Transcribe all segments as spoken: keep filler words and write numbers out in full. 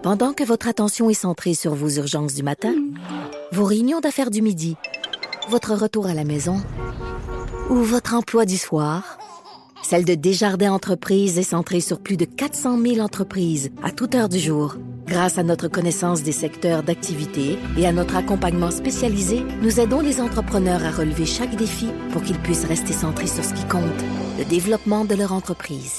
Pendant que votre attention est centrée sur vos urgences du matin, vos réunions d'affaires du midi, votre retour à la maison ou votre emploi du soir, celle de Desjardins Entreprises est centrée sur plus de quatre cent mille entreprises à toute heure du jour. Grâce à notre connaissance des secteurs d'activité et à notre accompagnement spécialisé, nous aidons les entrepreneurs à relever chaque défi pour qu'ils puissent rester centrés sur ce qui compte, le développement de leur entreprise.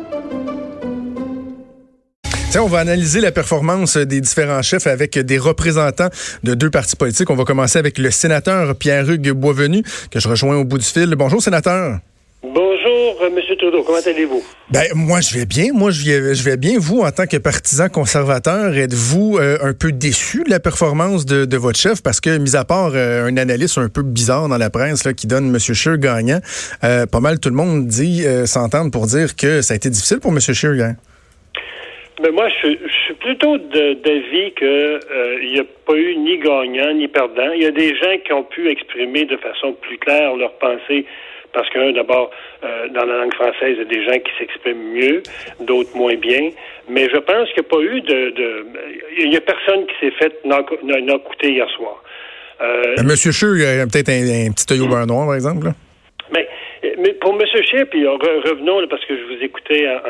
Tiens, on va analyser la performance des différents chefs avec des représentants de deux partis politiques. On va commencer avec le sénateur Pierre-Hugues Boisvenu, que je rejoins au bout du fil. Bonjour, sénateur. Bonjour, M. Trudeau. Comment allez-vous? Ben, moi, je vais bien. Moi, je vais, je vais bien. Vous, en tant que partisan conservateur, êtes-vous euh, un peu déçu de la performance de, de votre chef? Parce que, mis à part euh, un analyste un peu bizarre dans la presse là, qui donne M. Scheer gagnant, euh, pas mal tout le monde dit euh, s'entendre pour dire que ça a été difficile pour M. Scheer hier. Mais moi, je, je suis plutôt de, d'avis qu'il euh, n'y a pas eu ni gagnant ni perdant. Il y a des gens qui ont pu exprimer de façon plus claire leur pensée. Parce que, d'abord, euh, dans la langue française, il y a des gens qui s'expriment mieux, d'autres moins bien. Mais je pense qu'il n'y a pas eu de... de il n'y a personne qui s'est fait knock-outer hier soir. Euh, Monsieur Scheer, il y a peut-être un, un petit œil au beurre noir, par exemple, là. Mais, mais pour M. Scheer, puis re, revenons, là, parce que je vous écoutais en,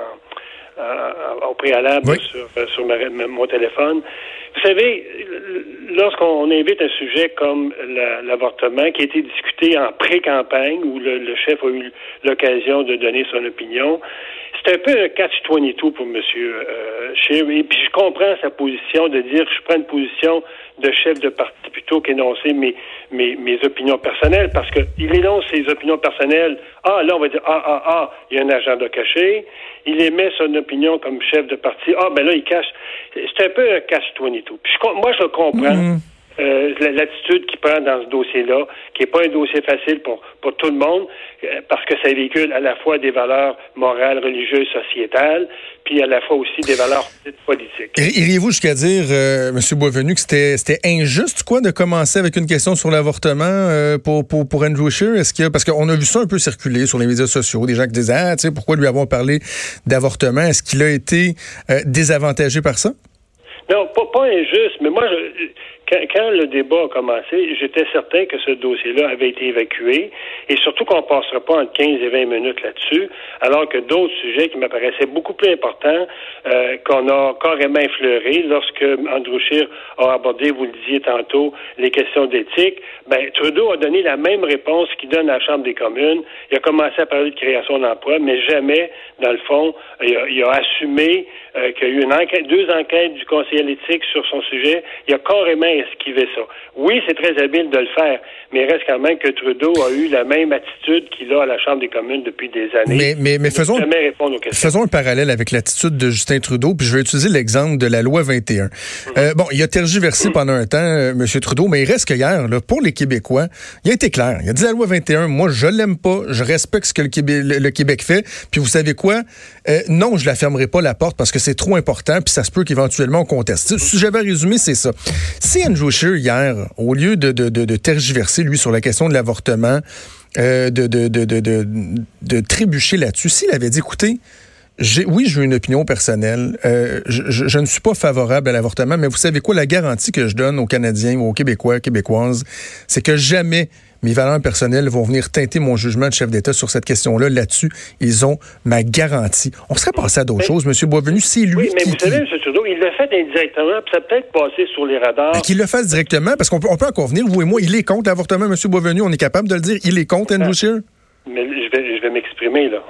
en, en, au préalable oui. sur, sur ma, mon téléphone. Vous savez, lorsqu'on invite un sujet comme la, l'avortement qui a été discuté en pré-campagne, où le, le chef a eu l'occasion de donner son opinion, c'est un peu un catch vingt-deux pour M. Euh, Scheer. Et puis je comprends sa position de dire je prends une position de chef de parti plutôt qu'énoncer mes, mes, mes opinions personnelles, parce qu'il énonce ses opinions personnelles. Ah, là, on va dire, ah, ah, ah, il y a un agenda caché. Il émet son opinion comme chef de parti. Ah, ben là, il cache. C'est un peu un catch vingt-deux. Puis je, moi, je comprends mmh. euh, l'attitude qu'il prend dans ce dossier-là, qui n'est pas un dossier facile pour, pour tout le monde, euh, parce que ça véhicule à la fois des valeurs morales, religieuses, sociétales, puis à la fois aussi des valeurs politiques. Iriez-vous jusqu'à dire, euh, M. Boisvenu, que c'était, c'était injuste, quoi, de commencer avec une question sur l'avortement euh, pour, pour, pour Andrew Scheer? Est-ce qu'il y a, parce qu'on a vu ça un peu circuler sur les médias sociaux, des gens qui disaient, ah, tu sais, pourquoi lui avons parlé d'avortement? Est-ce qu'il a été euh, désavantagé par ça? Non, pas, pas injuste, mais moi, je, quand, quand le débat a commencé, j'étais certain que ce dossier-là avait été évacué, et surtout qu'on ne passera pas entre quinze et vingt minutes là-dessus, alors que d'autres sujets qui m'apparaissaient beaucoup plus importants, euh, qu'on a carrément effleurés lorsque Andrew Scheer a abordé, vous le disiez tantôt, les questions d'éthique. Ben, Trudeau a donné la même réponse qu'il donne à la Chambre des communes. Il a commencé à parler de création d'emplois, mais jamais, dans le fond, il a, il a assumé euh, qu'il y a eu une enquête, deux enquêtes du Conseil à l'éthique sur son sujet. Il a carrément esquivé ça. Oui, c'est très habile de le faire, mais il reste quand même que Trudeau a eu la même attitude qu'il a à la Chambre des communes depuis des années. Mais, mais, mais faisons, faisons un parallèle avec l'attitude de Justin Trudeau, puis je vais utiliser l'exemple de la loi vingt et un. Mmh. Euh, bon, il a tergiversé mmh. pendant un temps, euh, M. Trudeau, mais il reste que hier, là, pour les Québécois, il a été clair. Il a dit la loi vingt et un, moi, je l'aime pas, je respecte ce que le Québec, le, le Québec fait, puis vous savez quoi? Euh, non, je la fermerai pas la porte parce que c'est trop important, puis ça se peut qu'éventuellement on conteste. Si j'avais résumé, c'est ça. Si Andrew Scheer, hier, au lieu de, de, de, de tergiverser, lui, sur la question de l'avortement, euh, de, de, de, de, de, de trébucher là-dessus, s'il avait dit, écoutez, J'ai, oui, j'ai une opinion personnelle. Euh, je, je, je ne suis pas favorable à l'avortement, mais vous savez quoi? La garantie que je donne aux Canadiens ou aux Québécois, Québécoises, c'est que jamais mes valeurs personnelles vont venir teinter mon jugement de chef d'État sur cette question-là. Là-dessus, ils ont ma garantie. On serait passé à d'autres mais, choses, M. Boisvenu. C'est lui oui, mais qui... vous savez, M. Trudeau, il l'a fait indirectement, puis ça a peut-être passé sur les radars. Qu'il le fasse directement, parce qu'on peut, on peut en convenir, vous et moi, il est contre l'avortement, M. Boisvenu. On est capable de le dire. Il est contre Andrew Scheer. Mais je vais, je vais m'exprimer, là.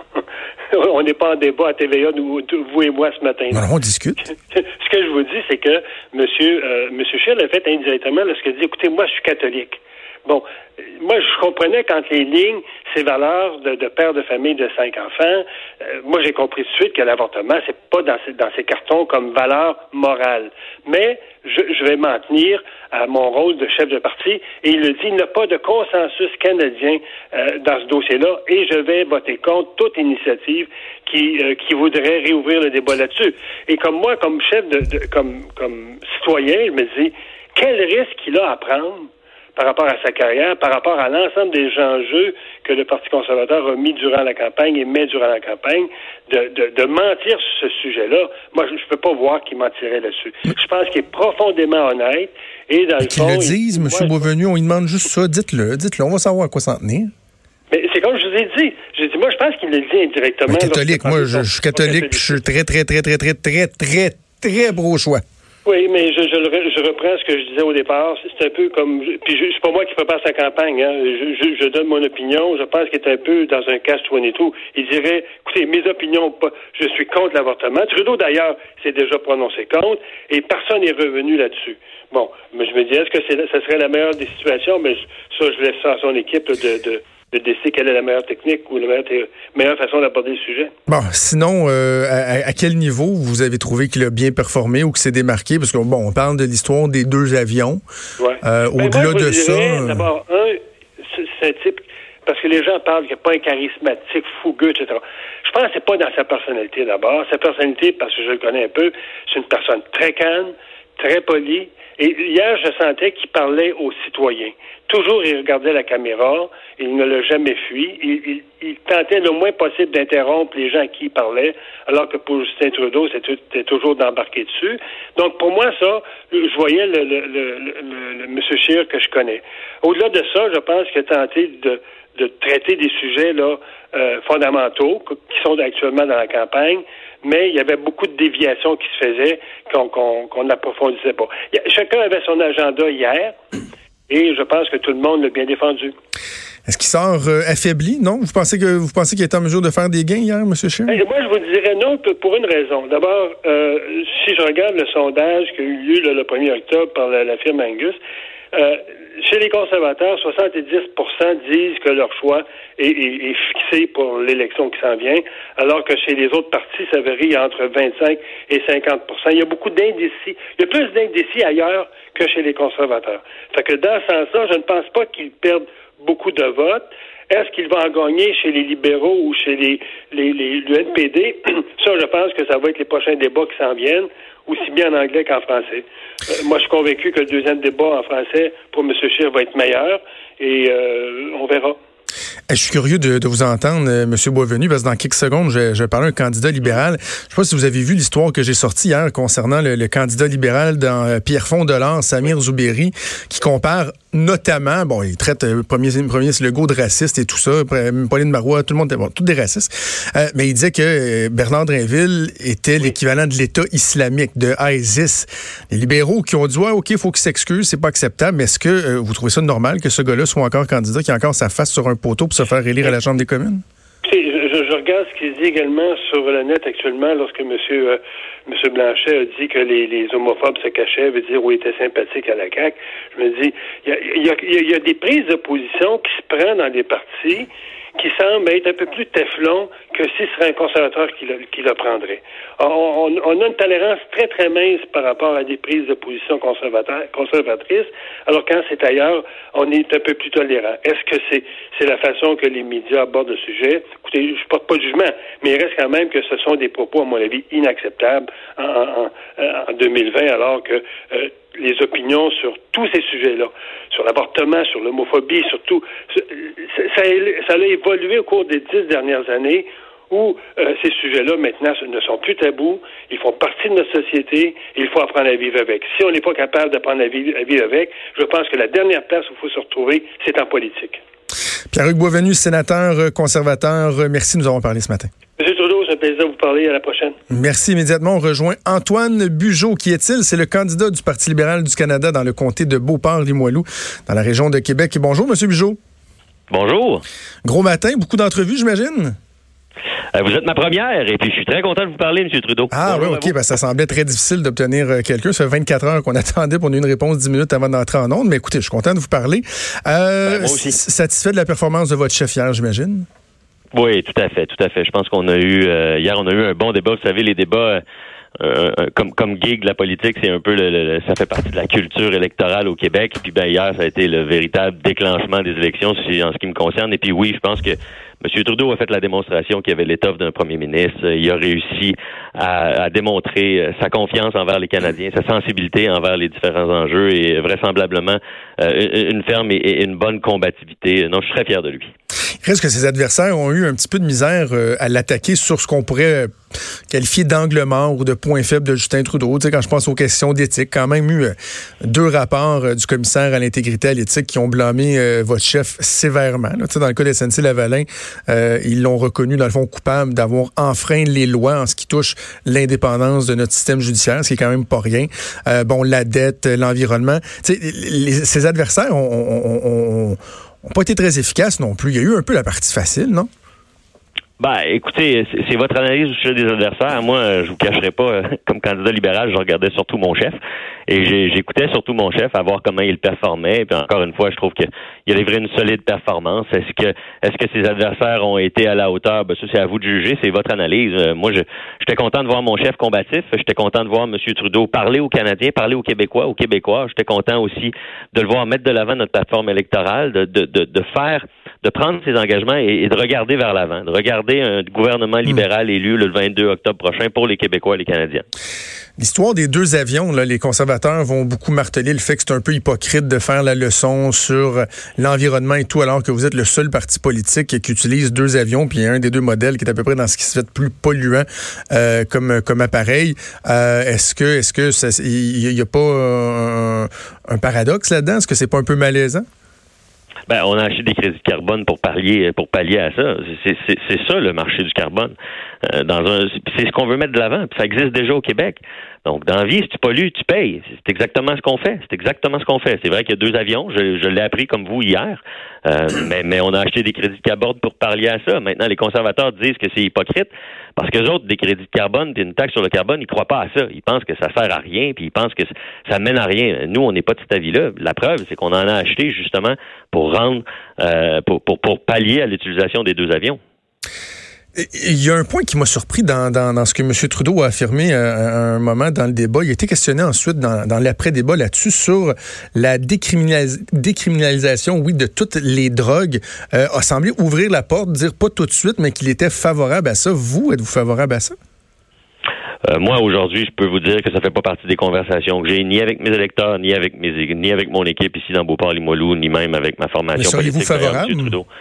On n'est pas en débat à T V A, nous, vous et moi, ce matin. Non, on discute. Ce que je vous dis, c'est que M. Euh, monsieur Scheer l'a fait indirectement lorsqu'il dit, écoutez, moi, je suis catholique. Bon, moi, je comprenais quand les lignes, ces valeurs de, de père de famille de cinq enfants, euh, moi, j'ai compris tout de suite que l'avortement, c'est pas dans ces, dans ces cartons comme valeur morale. Mais je, je vais m'en tenir à mon rôle de chef de parti, et il le dit, il n'y a pas de consensus canadien euh, dans ce dossier-là, et je vais voter contre toute initiative qui, euh, qui voudrait réouvrir le débat là-dessus. Et comme moi, comme chef de, de comme, comme citoyen, je me dis, quel risque il a à prendre par rapport à sa carrière, par rapport à l'ensemble des enjeux que le Parti conservateur a mis durant la campagne et met durant la campagne, de, de, de mentir sur ce sujet-là. Moi, je ne peux pas voir qu'il mentirait là-dessus. Je pense qu'il est profondément honnête. Et dans le qu'ils le disent, M. Boisvenu, on lui demande juste ça. Dites-le, dites-le, on va savoir à quoi s'en tenir. Mais c'est comme je vous ai dit. J'ai dit, moi, je pense qu'il le dit indirectement. Mais catholique, moi, je, je suis catholique, puis je suis très, très, très, très, très, très, très, très pro-choix. Oui, mais je, je, je reprends ce que je disais au départ. C'est un peu comme... Puis je, c'est pas moi qui prépare sa campagne. Hein. Je, je, je donne mon opinion. Je pense qu'il est un peu dans un catch vingt-deux. Il dirait, écoutez, mes opinions, je suis contre l'avortement. Trudeau, d'ailleurs, s'est déjà prononcé contre, et personne n'est revenu là-dessus. Bon, mais je me dis, est-ce que c'est, ça serait la meilleure des situations? Mais ça, je laisse ça à son équipe là, de... de de décider quelle est la meilleure technique ou la meilleure, meilleure façon d'aborder le sujet. Bon, sinon, euh, à, à quel niveau vous avez trouvé qu'il a bien performé ou qu'il s'est démarqué? Parce qu'on bon, on parle de l'histoire des deux avions. Ouais. Euh, ben au-delà moi, je de dirais, ça... D'abord, un, c'est, c'est un type... Parce que les gens parlent qu'il n'est pas un charismatique, fougueux, et cetera. Je pense que c'est pas dans sa personnalité, d'abord. Sa personnalité, parce que je le connais un peu, c'est une personne très calme, très polie. Et hier, je sentais qu'il parlait aux citoyens. Toujours, il regardait la caméra, et il ne l'a jamais fui. Il, il, il tentait le moins possible d'interrompre les gens à qui il parlait, alors que pour Justin Trudeau, c'était, c'était toujours d'embarquer dessus. Donc, pour moi, ça, je voyais le, le, le, le, le M. Scheer que je connais. Au-delà de ça, je pense qu'il a tenté de, de traiter des sujets là euh, fondamentaux qui sont actuellement dans la campagne, mais il y avait beaucoup de déviations qui se faisaient qu'on qu'on, qu'on n'approfondissait pas. Chacun avait son agenda hier, et je pense que tout le monde l'a bien défendu. Est-ce qu'il sort euh, affaibli, non? Vous pensez que vous pensez qu'il est en mesure de faire des gains hier, M. Scheer? Hey, moi, je vous dirais non pour une raison. D'abord, euh, si je regarde le sondage qui a eu lieu là, le premier octobre par la, la firme Angus, euh, chez les conservateurs, soixante-dix pour cent disent que leur choix est, est, est fixé pour l'élection qui s'en vient, alors que chez les autres partis, ça varie entre vingt-cinq et cinquante pour cent. Il y a beaucoup d'indécis. Il y a plus d'indécis ailleurs que chez les conservateurs. Fait que dans ce sens-là, je ne pense pas qu'ils perdent beaucoup de votes. Est-ce qu'il va en gagner chez les libéraux ou chez les, les, les, le N P D? Ça, je pense que ça va être les prochains débats qui s'en viennent, aussi bien en anglais qu'en français. Euh, moi, je suis convaincu que le deuxième débat en français pour M. Scheer va être meilleur et euh, on verra. Je suis curieux de, de vous entendre, euh, M. Boisvenu, parce que dans quelques secondes, je, je vais parler d'un candidat libéral. Je ne sais pas si vous avez vu l'histoire que j'ai sortie hier concernant le, le candidat libéral dans euh, Pierrefonds Delors, Samir Zouberi, qui compare notamment, bon, il traite euh, premier, premier Legault de raciste et tout ça, Pauline Marois, tout le monde, bon, tous des racistes, euh, mais il disait que euh, Bernard Drinville était l'équivalent de l'État islamique, de ISIS. Les libéraux qui ont dit, ouais, OK, il faut qu'il s'excuse, c'est pas acceptable, mais est-ce que euh, vous trouvez ça normal que ce gars-là soit encore candidat, qui a encore sa face sur un poteau pour se faire élire à la Chambre des communes? Je, je, je regarde ce qu'il dit également sur le net actuellement lorsque M. Euh, M. Blanchet a dit que les, les homophobes se cachaient, veut dire où il était sympathique à la C A Q. Je me dis, il y a, y, a, y, a, y a des prises de position qui se prennent dans des partis qui semblent être un peu plus téflon que si ce serait un conservateur qui le, qui le prendrait. On, on, on a une tolérance très, très mince par rapport à des prises de position conservatrices, alors quand c'est ailleurs, on est un peu plus tolérant. Est-ce que c'est, c'est la façon que les médias abordent le sujet? Écoutez, je porte pas de jugement, mais il reste quand même que ce sont des propos, à mon avis, inacceptables en, en, en deux mille vingt, alors que euh, les opinions sur tous ces sujets-là, sur l'avortement, sur l'homophobie, surtout, ça, ça, ça a évolué au cours des dix dernières années où euh, ces sujets-là, maintenant, ne sont plus tabous, ils font partie de notre société, et il faut apprendre à vivre avec. Si on n'est pas capable d'apprendre à vivre, à vivre avec, je pense que la dernière place où il faut se retrouver, c'est en politique. Pierre-Hugues Boisvenu, sénateur conservateur, merci, nous avons parlé ce matin. M. Trudeau, c'est un plaisir de vous parler. À la prochaine. Merci. Immédiatement, on rejoint Antoine Bugeaud. Qui est-il? C'est le candidat du Parti libéral du Canada dans le comté de Beauport-Limoilou, dans la région de Québec. Bonjour, M. Bugeaud. Bonjour. Gros matin, beaucoup d'entrevues, j'imagine? Euh, vous êtes ma première, et puis je suis très content de vous parler, M. Trudeau. Ah Bonjour oui, OK. Ben, ça semblait très difficile d'obtenir euh, quelqu'un. Ça fait vingt-quatre heures qu'on attendait pour une réponse dix minutes avant d'entrer en ondes. Mais écoutez, je suis content de vous parler. Euh, ben, moi aussi. Satisfait de la performance de votre chef hier, j'imagine? Oui, tout à fait, tout à fait. Je pense qu'on a eu, euh, hier, on a eu un bon débat. Vous savez, les débats... Euh, comme comme gig de la politique, c'est un peu le, le, ça fait partie de la culture électorale au Québec. Puis ben hier, ça a été le véritable déclenchement des élections en ce qui me concerne. Et puis oui, je pense que M. Trudeau a fait la démonstration qu'il avait l'étoffe d'un premier ministre. Il a réussi à, à démontrer sa confiance envers les Canadiens, sa sensibilité envers les différents enjeux et vraisemblablement euh, une ferme et, et une bonne combativité. Non, je suis très fier de lui. Il reste que ses adversaires ont eu un petit peu de misère euh, à l'attaquer sur ce qu'on pourrait euh, qualifier d'angle mort ou de point faible de Justin Trudeau. Tu sais, quand je pense aux questions d'éthique, quand même eu euh, deux rapports euh, du commissaire à l'intégrité à l'éthique qui ont blâmé euh, votre chef sévèrement. Là. Tu sais, dans le cas d'S N C-Lavalin, euh, ils l'ont reconnu, dans le fond, coupable d'avoir enfreint les lois en ce qui touche l'indépendance de notre système judiciaire, ce qui est quand même pas rien. Euh, bon, la dette, l'environnement. Tu sais, les, ses adversaires ont... ont, ont, ont n'ont pas été très efficaces non plus. Il y a eu un peu la partie facile, non? Ben, écoutez, c'est, c'est votre analyse au sujet des adversaires. Moi, je vous cacherai pas, comme candidat libéral, je regardais surtout mon chef. Et j'ai, j'écoutais surtout mon chef à voir comment il performait. Et puis encore une fois, je trouve qu'il a livré une solide performance. Est-ce que est-ce que ses adversaires ont été à la hauteur? Ben, ça, c'est à vous de juger, c'est votre analyse. Euh, moi, je j'étais content de voir mon chef combatif. J'étais content de voir M. Trudeau parler aux Canadiens, parler aux Québécois, aux Québécois. J'étais content aussi de le voir mettre de l'avant notre plateforme électorale, de, de, de, de faire, de prendre ses engagements et, et de regarder vers l'avant, de regarder un gouvernement libéral élu le vingt-deux octobre prochain pour les Québécois et les Canadiens. L'histoire des deux avions, là, les conservateurs vont beaucoup marteler le fait que c'est un peu hypocrite de faire la leçon sur l'environnement et tout, alors que vous êtes le seul parti politique qui utilise deux avions, puis il y a un des deux modèles qui est à peu près dans ce qui se fait de plus polluant euh, comme comme appareil. Euh, est-ce que est-ce que ça, il y, y a pas un, un paradoxe là-dedans? Est-ce que c'est pas un peu malaisant? Ben, on a acheté des crédits de carbone pour pallier pour pallier à ça. C'est, c'est, c'est ça le marché du carbone. Euh, dans un, c'est ce qu'on veut mettre de l'avant. Puis ça existe déjà au Québec. Donc, dans la vie, si tu pollues, tu payes. C'est exactement ce qu'on fait. C'est exactement ce qu'on fait. C'est vrai qu'il y a deux avions. Je, je l'ai appris comme vous hier. Euh, mais, mais on a acheté des crédits de carbone pour pallier à ça. Maintenant, les conservateurs disent que c'est hypocrite parce que les autres, des crédits de carbone, une taxe sur le carbone, ils croient pas à ça. Ils pensent que ça sert à rien, puis ils pensent que ça mène à rien. Nous, on n'est pas de cet avis-là. La preuve, c'est qu'on en a acheté justement pour rendre, euh, pour, pour, pour pallier à l'utilisation des deux avions. Il y a un point qui m'a surpris dans, dans, dans ce que M. Trudeau a affirmé à, à un moment dans le débat. Il a été questionné ensuite dans, dans l'après-débat là-dessus sur la décriminalis- décriminalisation, oui, de toutes les drogues. Euh, a semblé ouvrir la porte, dire pas tout de suite, mais qu'il était favorable à ça. Vous, êtes-vous favorable à ça? Euh, moi, aujourd'hui, je peux vous dire que ça fait pas partie des conversations que j'ai, ni avec mes électeurs, ni avec mes, ni avec mon équipe ici dans Beauport-Limoilou, ni même avec ma formation politique. Seriez-vous favorable?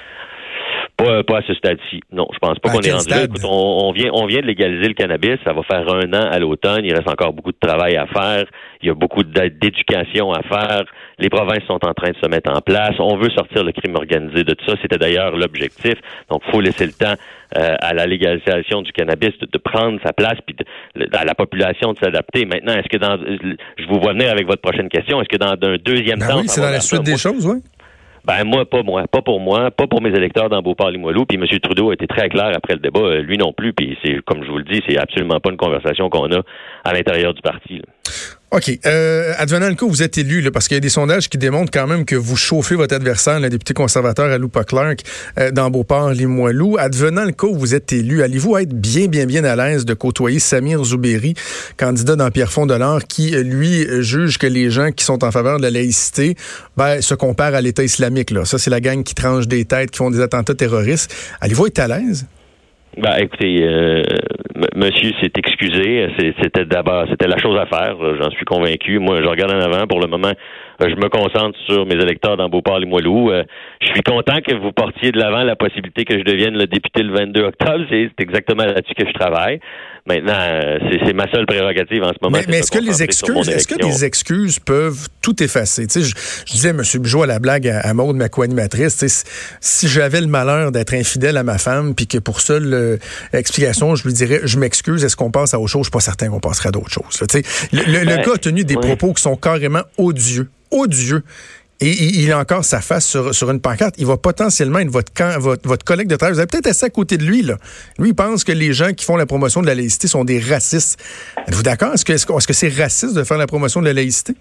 Pas, pas à ce stade-ci. Non, je pense pas à qu'on est rendu là. Écoute, on, on vient, on vient de légaliser le cannabis. Ça va faire un an à l'automne. Il reste encore beaucoup de travail à faire. Il y a beaucoup d'éducation à faire. Les provinces sont en train de se mettre en place. On veut sortir le crime organisé de tout ça. C'était d'ailleurs l'objectif. Donc, il faut laisser le temps euh, à la légalisation du cannabis de, de prendre sa place, puis de, à la population de s'adapter. Maintenant, est-ce que dans, je vous vois venir avec votre prochaine question, est-ce que dans un deuxième ben temps, oui, c'est dans la suite ça, des moi, choses, oui. Ben moi, pas moi, pas pour moi, pas pour mes électeurs dans Beauport-Limoilou. Puis M. Trudeau a été très clair après le débat, lui non plus. Puis c'est, comme je vous le dis, c'est absolument pas une conversation qu'on a à l'intérieur du parti, là. OK. Euh, advenant le cas, vous êtes élu, là, parce qu'il y a des sondages qui démontrent quand même que vous chauffez votre adversaire, le député conservateur Aloupa Clark, euh, dans Beauport-Limoilou. Advenant le cas où vous êtes élu, allez-vous être bien, bien, bien à l'aise de côtoyer Samir Zouberi, candidat dans Pierrefonds de l'Or, qui, lui, juge que les gens qui sont en faveur de la laïcité ben, se comparent à l'État islamique, là. Ça, c'est la gang qui tranche des têtes, qui font des attentats terroristes. Allez-vous être à l'aise? Ben, écoutez, euh, m- monsieur s'est excusé. C'est, c'était d'abord, c'était la chose à faire. J'en suis convaincu. Moi, je regarde en avant. Pour le moment, je me concentre sur mes électeurs dans Beauport-Limoilou. Euh, je suis content que vous portiez de l'avant la possibilité que je devienne le député le vingt-deux octobre. C'est, c'est exactement là-dessus que je travaille. Maintenant, euh, c'est, c'est ma seule prérogative en ce moment. Mais, mais est-ce que les excuses, est-ce que les excuses peuvent tout effacer? Tu sais, je, je disais, M. Bugeaud, à la blague à, à Maude, ma co-animatrice, tu sais, si j'avais le malheur d'être infidèle à ma femme, puis que pour seule euh, explication, je lui dirais, je m'excuse, est-ce qu'on passe à autre chose? Je suis pas certain qu'on passerait à d'autres choses. Là, tu sais, le, le, le gars a tenu des ouais. propos qui sont carrément odieux. odieux. Et il, il a encore sa face sur, sur une pancarte. Il va potentiellement être votre, camp, votre, votre collègue de travail. Vous avez peut-être assez à côté de lui, là. Lui, il pense que les gens qui font la promotion de la laïcité sont des racistes. Êtes-vous d'accord? Est-ce que, est-ce que, est-ce que c'est raciste de faire la promotion de la laïcité?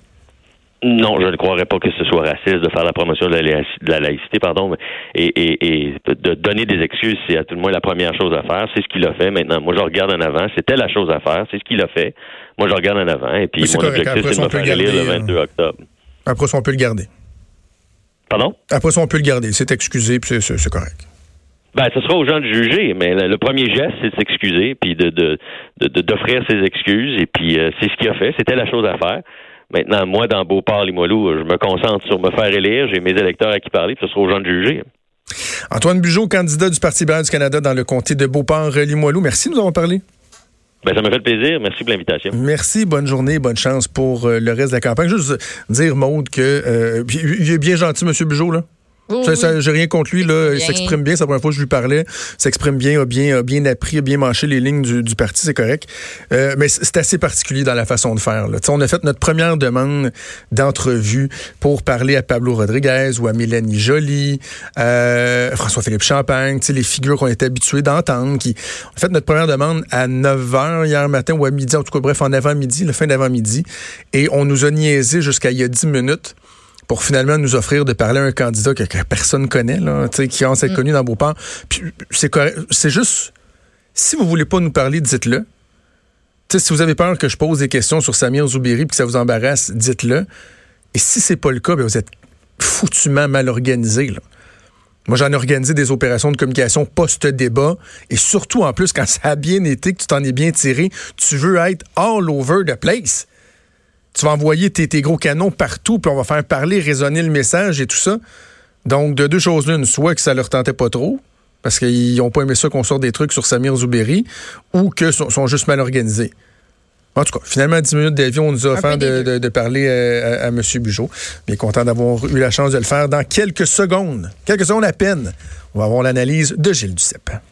Non, je ne croirais pas que ce soit raciste de faire la promotion de la, laïc- de la laïcité, pardon, et, et, et de donner des excuses, c'est à tout le moins la première chose à faire. C'est ce qu'il a fait. Maintenant, moi, je regarde en avant. C'était la chose à faire. C'est ce qu'il a fait. Moi, je regarde en avant. Et puis, mon correct. objectif, après, c'est de me faire élire le vingt-deux octobre. Après ça, on peut le garder. Pardon? Après ça, on peut le garder. C'est excusé, puis c'est, c'est, c'est correct. Ben, ce sera aux gens de juger, mais le, le premier geste, c'est de s'excuser, puis de, de, de, d'offrir ses excuses, et puis euh, c'est ce qu'il a fait, c'était la chose à faire. Maintenant, moi, dans Beauport-Limoilou, je me concentre sur me faire élire, j'ai mes électeurs à qui parler, puis ce sera aux gens de juger. Antoine Bugeaud, candidat du Parti libéral du Canada dans le comté de Beauport-Limoilou. Merci de nous avoir parlé. Ben, ça m'a fait plaisir. Merci pour l'invitation. Merci, bonne journée, bonne chance pour euh, le reste de la campagne. Juste dire, Maude, que euh, il est bien gentil, M. Bugeaud, là. Oui, ça, ça, j'ai rien contre lui, là. Il s'exprime bien. C'est la première fois que je lui parlais. Il s'exprime bien, a bien, a bien appris, a bien manché les lignes du, du parti, c'est correct. Euh, mais c'est assez particulier dans la façon de faire, là. On a fait notre première demande d'entrevue pour parler à Pablo Rodriguez ou à Mélanie Joly, euh, François-Philippe Champagne, les figures qu'on était habitués d'entendre. Qui... On a fait notre première demande à neuf heures hier matin ou à midi, en tout cas, bref, en avant-midi, la fin d'avant-midi. Et on nous a niaisé jusqu'à il y a dix minutes. Pour finalement nous offrir de parler à un candidat que, que personne connaît, là, qui commence à être mm. connu dans Beauport. Puis c'est correct. C'est juste, si vous voulez pas nous parler, dites-le. T'sais, si vous avez peur que je pose des questions sur Samir Zoubiri et que ça vous embarrasse, dites-le. Et si c'est pas le cas, bien, vous êtes foutument mal organisé, là. Moi, j'en ai organisé des opérations de communication post-débat. Et surtout, en plus, quand ça a bien été, que tu t'en es bien tiré, tu veux être all over the place. Tu vas envoyer tes, tes gros canons partout, puis on va faire parler, résonner le message et tout ça. Donc, de deux choses l'une, soit que ça leur tentait pas trop, parce qu'ils n'ont pas aimé ça qu'on sorte des trucs sur Samir Zoubiri, ou que sont, sont juste mal organisés. En tout cas, finalement, dix minutes d'avion, on nous a offert de, de, de parler à, à, à M. Bugeaud. Bien content d'avoir eu la chance de le faire dans quelques secondes. Quelques secondes à peine. On va avoir l'analyse de Gilles Duceppe.